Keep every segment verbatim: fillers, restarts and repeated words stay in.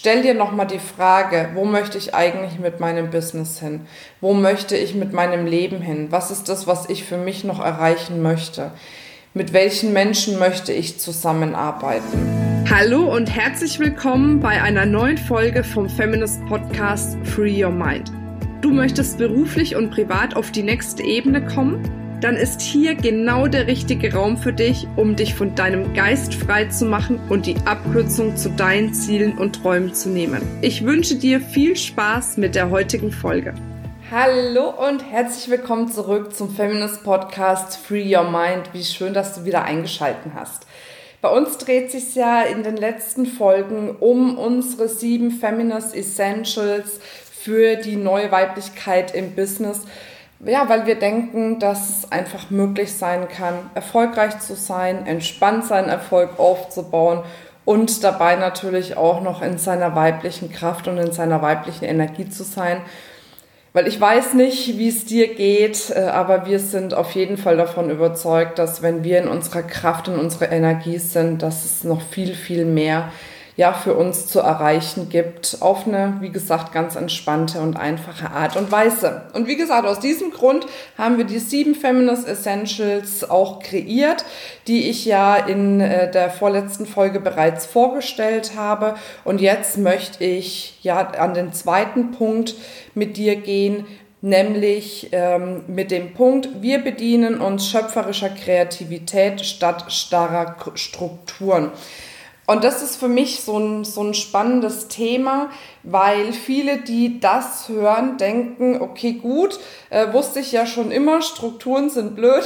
Stell dir nochmal die Frage, wo möchte ich eigentlich mit meinem Business hin? Wo möchte ich mit meinem Leben hin? Was ist das, was ich für mich noch erreichen möchte? Mit welchen Menschen möchte ich zusammenarbeiten? Hallo und herzlich willkommen bei einer neuen Folge vom Feminist Podcast Free Your Mind. Du möchtest beruflich und privat auf die nächste Ebene kommen? Dann ist hier genau der richtige Raum für dich, um dich von deinem Geist frei zu machen und die Abkürzung zu deinen Zielen und Träumen zu nehmen. Ich wünsche dir viel Spaß mit der heutigen Folge. Hallo und herzlich willkommen zurück zum Feminist Podcast Free Your Mind. Wie schön, dass du wieder eingeschaltet hast. Bei uns dreht sich ja in den letzten Folgen um unsere sieben Feminist Essentials für die neue Weiblichkeit im Business. Ja, weil wir denken, dass es einfach möglich sein kann, erfolgreich zu sein, entspannt seinen Erfolg aufzubauen und dabei natürlich auch noch in seiner weiblichen Kraft und in seiner weiblichen Energie zu sein. Weil ich weiß nicht, wie es dir geht, aber wir sind auf jeden Fall davon überzeugt, dass wenn wir in unserer Kraft und unserer Energie sind, dass es noch viel, viel mehr ja, für uns zu erreichen gibt, auf eine, wie gesagt, ganz entspannte und einfache Art und Weise. Und wie gesagt, aus diesem Grund haben wir die sieben Feminist Essentials auch kreiert, die ich ja in äh, der vorletzten Folge bereits vorgestellt habe. Und jetzt möchte ich ja an den zweiten Punkt mit dir gehen, nämlich ähm, mit dem Punkt, wir bedienen uns schöpferischer Kreativität statt starrer Strukturen. Und das ist für mich so ein, so ein spannendes Thema, weil viele, die das hören, denken, okay, gut, äh, wusste ich ja schon immer, Strukturen sind blöd,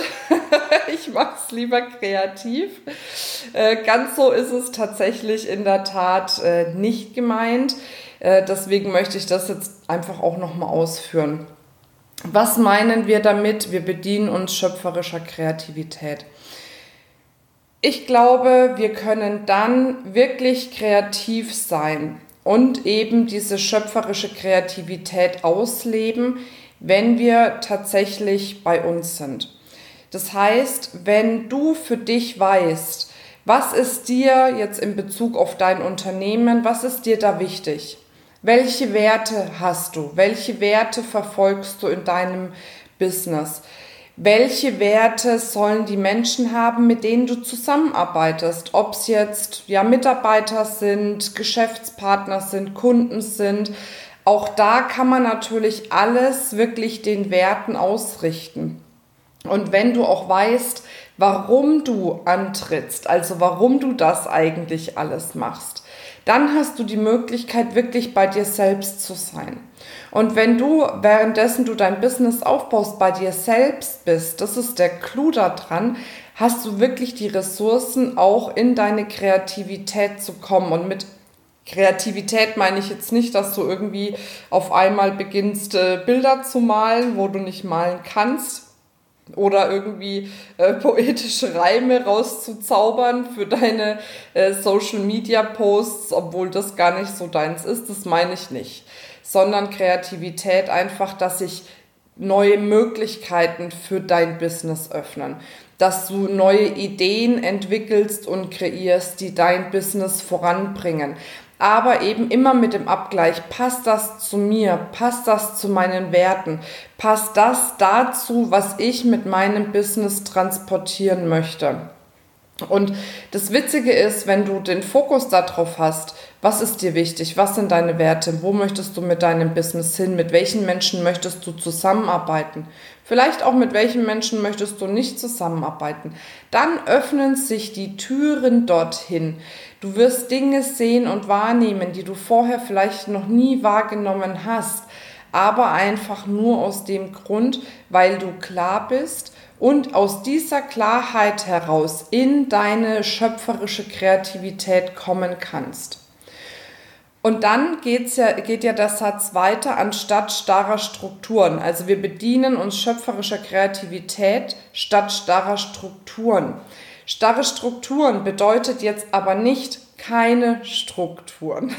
ich mache es lieber kreativ. Äh, ganz so ist es tatsächlich in der Tat äh, nicht gemeint. Äh, deswegen möchte ich das jetzt einfach auch nochmal ausführen. Was meinen wir damit? Wir bedienen uns schöpferischer Kreativität. Ich glaube, wir können dann wirklich kreativ sein und eben diese schöpferische Kreativität ausleben, wenn wir tatsächlich bei uns sind. Das heißt, wenn du für dich weißt, was ist dir jetzt in Bezug auf dein Unternehmen, was ist dir da wichtig? Welche Werte hast du? Welche Werte verfolgst du in deinem Business? Welche Werte sollen die Menschen haben, mit denen du zusammenarbeitest? Ob es jetzt ja, Mitarbeiter sind, Geschäftspartner sind, Kunden sind. Auch da kann man natürlich alles wirklich den Werten ausrichten. Und wenn du auch weißt, warum du antrittst, also warum du das eigentlich alles machst, dann hast du die Möglichkeit, wirklich bei dir selbst zu sein. Und wenn du, währenddessen du dein Business aufbaust, bei dir selbst bist, das ist der Clou daran, hast du wirklich die Ressourcen, auch in deine Kreativität zu kommen. Und mit Kreativität meine ich jetzt nicht, dass du irgendwie auf einmal beginnst, Bilder zu malen, wo du nicht malen kannst. Oder irgendwie äh, poetische Reime rauszuzaubern für deine äh, Social-Media-Posts, obwohl das gar nicht so deins ist, das meine ich nicht. Sondern Kreativität einfach, dass sich neue Möglichkeiten für dein Business öffnen. Dass du neue Ideen entwickelst und kreierst, die dein Business voranbringen. Aber eben immer mit dem Abgleich, passt das zu mir, passt das zu meinen Werten, passt das dazu, was ich mit meinem Business transportieren möchte. Und das Witzige ist, wenn du den Fokus darauf hast, was ist dir wichtig, was sind deine Werte, wo möchtest du mit deinem Business hin, mit welchen Menschen möchtest du zusammenarbeiten, vielleicht auch mit welchen Menschen möchtest du nicht zusammenarbeiten, dann öffnen sich die Türen dorthin. Du wirst Dinge sehen und wahrnehmen, die du vorher vielleicht noch nie wahrgenommen hast, aber einfach nur aus dem Grund, weil du klar bist und aus dieser Klarheit heraus in deine schöpferische Kreativität kommen kannst. Und dann geht's ja, geht ja der Satz weiter, anstatt starrer Strukturen. Also wir bedienen uns schöpferischer Kreativität statt starrer Strukturen. Starre Strukturen bedeutet jetzt aber nicht keine Strukturen.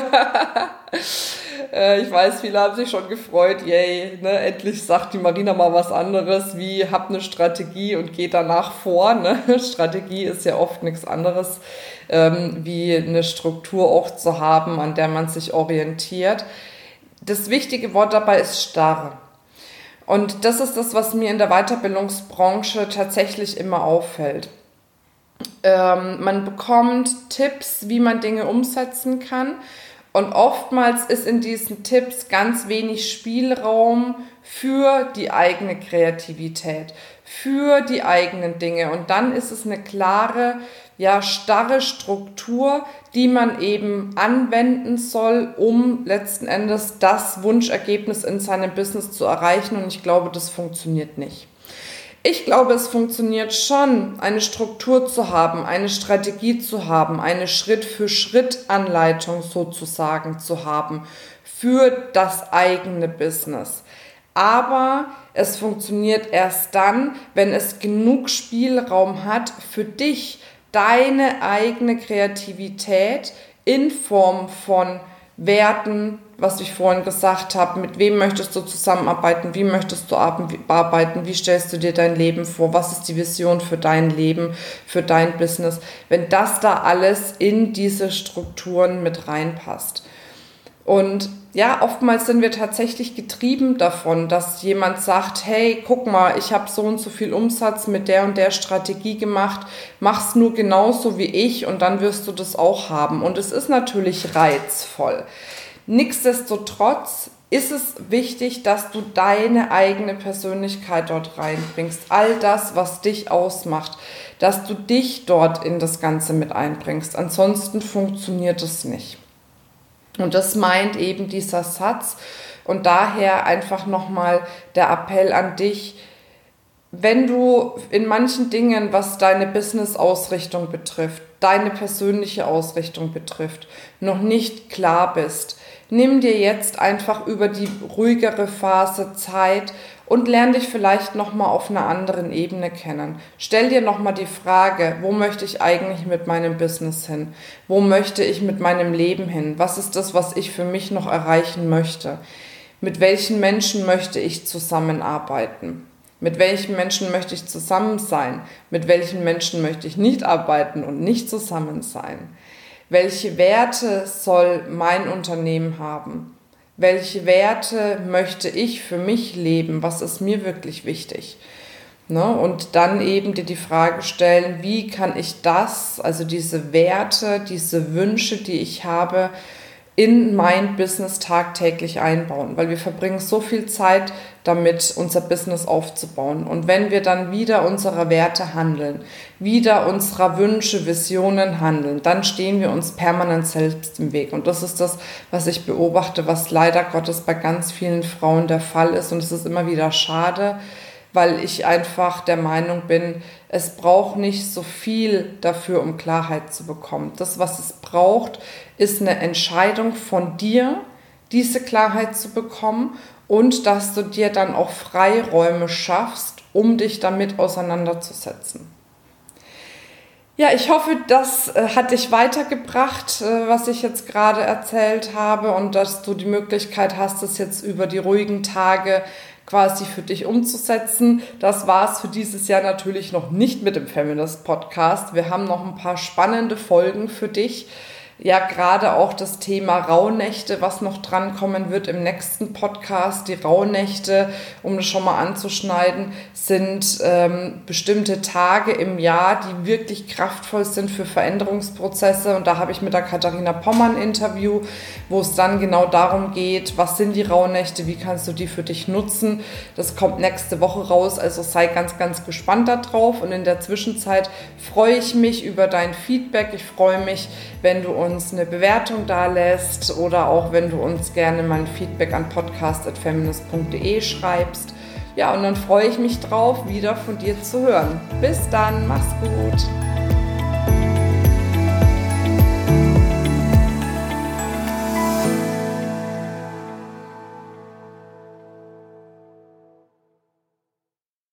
Ich weiß, viele haben sich schon gefreut, yay, ne, endlich sagt die Marina mal was anderes, wie hab eine Strategie und geht danach vor. Ne? Strategie ist ja oft nichts anderes, ähm, wie eine Struktur auch zu haben, an der man sich orientiert. Das wichtige Wort dabei ist Starre. Und das ist das, was mir in der Weiterbildungsbranche tatsächlich immer auffällt. Ähm, man bekommt Tipps, wie man Dinge umsetzen kann. Und oftmals ist in diesen Tipps ganz wenig Spielraum für die eigene Kreativität, für die eigenen Dinge. Und dann ist es eine klare, ja, starre Struktur, die man eben anwenden soll, um letzten Endes das Wunschergebnis in seinem Business zu erreichen. Und ich glaube, das funktioniert nicht. Ich glaube, es funktioniert schon, eine Struktur zu haben, eine Strategie zu haben, eine Schritt-für-Schritt-Anleitung sozusagen zu haben für das eigene Business. Aber es funktioniert erst dann, wenn es genug Spielraum hat für dich, deine eigene Kreativität in Form von Werten, was ich vorhin gesagt habe, mit wem möchtest du zusammenarbeiten, wie möchtest du arbeiten, wie stellst du dir dein Leben vor, was ist die Vision für dein Leben, für dein Business, wenn das da alles in diese Strukturen mit reinpasst. Und ja, oftmals sind wir tatsächlich getrieben davon, dass jemand sagt, hey, guck mal, ich habe so und so viel Umsatz mit der und der Strategie gemacht, mach's nur genauso wie ich und dann wirst du das auch haben. Und es ist natürlich reizvoll. Nichtsdestotrotz ist es wichtig, dass du deine eigene Persönlichkeit dort reinbringst. All das, was dich ausmacht, dass du dich dort in das Ganze mit einbringst. Ansonsten funktioniert es nicht. Und das meint eben dieser Satz. Und daher einfach nochmal der Appell an dich, wenn du in manchen Dingen, was deine Business-Ausrichtung betrifft, deine persönliche Ausrichtung betrifft, noch nicht klar bist, nimm dir jetzt einfach über die ruhigere Phase Zeit und lern dich vielleicht nochmal auf einer anderen Ebene kennen. Stell dir nochmal die Frage, wo möchte ich eigentlich mit meinem Business hin? Wo möchte ich mit meinem Leben hin? Was ist das, was ich für mich noch erreichen möchte? Mit welchen Menschen möchte ich zusammenarbeiten? Mit welchen Menschen möchte ich zusammen sein? Mit welchen Menschen möchte ich nicht arbeiten und nicht zusammen sein? Welche Werte soll mein Unternehmen haben? Welche Werte möchte ich für mich leben? Was ist mir wirklich wichtig? Ne? Und dann eben dir die Frage stellen, wie kann ich das, also diese Werte, diese Wünsche, die ich habe, in mein Business tagtäglich einbauen, weil wir verbringen so viel Zeit damit, unser Business aufzubauen. Und wenn wir dann wieder unserer Werte handeln, wieder unserer Wünsche, Visionen handeln, dann stehen wir uns permanent selbst im Weg. Und das ist das, was ich beobachte, was leider Gottes bei ganz vielen Frauen der Fall ist. Und es ist immer wieder schade, weil ich einfach der Meinung bin, es braucht nicht so viel dafür, um Klarheit zu bekommen. Das, was es braucht, ist eine Entscheidung von dir, diese Klarheit zu bekommen und dass du dir dann auch Freiräume schaffst, um dich damit auseinanderzusetzen. Ja, ich hoffe, das äh, hat dich weitergebracht, äh, was ich jetzt gerade erzählt habe und dass du die Möglichkeit hast, es jetzt über die ruhigen Tage quasi für dich umzusetzen. Das war es für dieses Jahr natürlich noch nicht mit dem Feminist Podcast. Wir haben noch ein paar spannende Folgen für dich. Ja, gerade auch das Thema Rauhnächte, was noch drankommen wird im nächsten Podcast. Die Rauhnächte, um das schon mal anzuschneiden, sind ähm, bestimmte Tage im Jahr, die wirklich kraftvoll sind für Veränderungsprozesse. Und da habe ich mit der Katharina Pommern ein Interview, wo es dann genau darum geht, was sind die Rauhnächte, wie kannst du die für dich nutzen. Das kommt nächste Woche raus, also sei ganz, ganz gespannt darauf. Und in der Zwischenzeit freue ich mich über dein Feedback. Ich freue mich, wenn du uns eine Bewertung da lässt oder auch wenn du uns gerne mal ein Feedback an podcast at feminist punkt de schreibst. Ja, und dann freue ich mich drauf, wieder von dir zu hören. Bis dann, mach's gut.